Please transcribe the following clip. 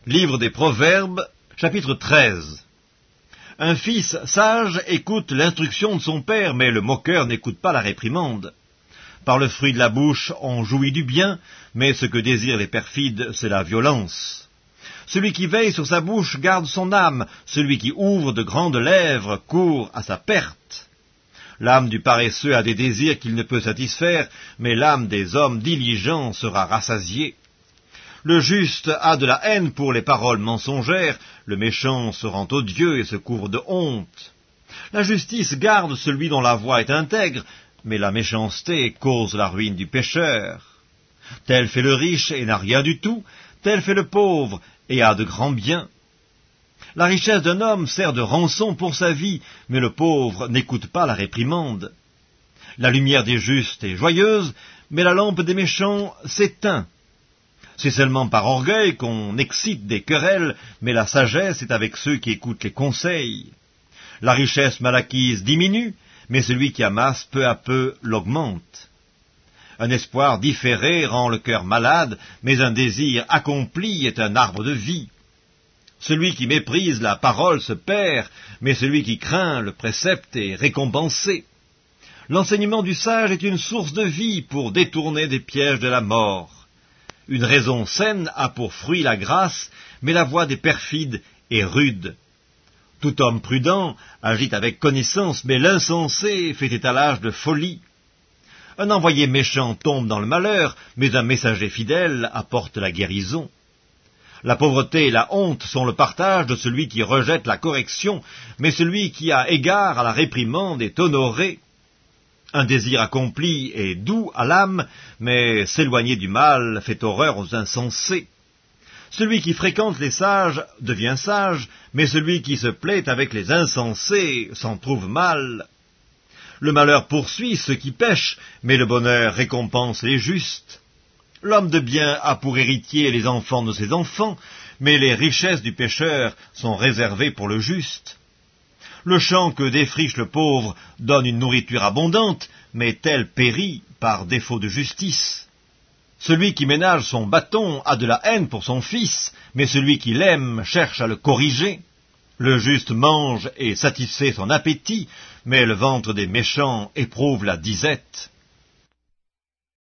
Livre des Proverbes, chapitre 13. Un fils sage écoute l'instruction de son père, mais le moqueur n'écoute pas la réprimande. Par le fruit de la bouche, on jouit du bien, mais ce que désirent les perfides, c'est la violence. Celui qui veille sur sa bouche garde son âme, celui qui ouvre de grandes lèvres court à sa perte. L'âme du paresseux a des désirs qu'il ne peut satisfaire, mais l'âme des hommes diligents sera rassasiée. Le juste a de la haine pour les paroles mensongères, le méchant se rend odieux et se couvre de honte. La justice garde celui dont la voie est intègre, mais la méchanceté cause la ruine du pécheur. Tel fait le riche et n'a rien du tout, tel fait le pauvre et a de grands biens. La richesse d'un homme sert de rançon pour sa vie, mais le pauvre n'écoute pas la réprimande. La lumière des justes est joyeuse, mais la lampe des méchants s'éteint. C'est seulement par orgueil qu'on excite des querelles, mais la sagesse est avec ceux qui écoutent les conseils. La richesse mal acquise diminue, mais celui qui amasse peu à peu l'augmente. Un espoir différé rend le cœur malade, mais un désir accompli est un arbre de vie. Celui qui méprise la parole se perd, mais celui qui craint le précepte est récompensé. L'enseignement du sage est une source de vie pour détourner des pièges de la mort. Une raison saine a pour fruit la grâce, mais la voie des perfides est rude. Tout homme prudent agit avec connaissance, mais l'insensé fait étalage de folie. Un envoyé méchant tombe dans le malheur, mais un messager fidèle apporte la guérison. La pauvreté et la honte sont le partage de celui qui rejette la correction, mais celui qui a égard à la réprimande est honoré. Un désir accompli est doux à l'âme, mais s'éloigner du mal fait horreur aux insensés. Celui qui fréquente les sages devient sage, mais celui qui se plaît avec les insensés s'en trouve mal. Le malheur poursuit ceux qui pêchent, mais le bonheur récompense les justes. L'homme de bien a pour héritier les enfants de ses enfants, mais les richesses du pécheur sont réservées pour le juste. Le champ que défriche le pauvre donne une nourriture abondante, mais tel périt par défaut de justice. Celui qui ménage son bâton a de la haine pour son fils, mais celui qui l'aime cherche à le corriger. Le juste mange et satisfait son appétit, mais le ventre des méchants éprouve la disette.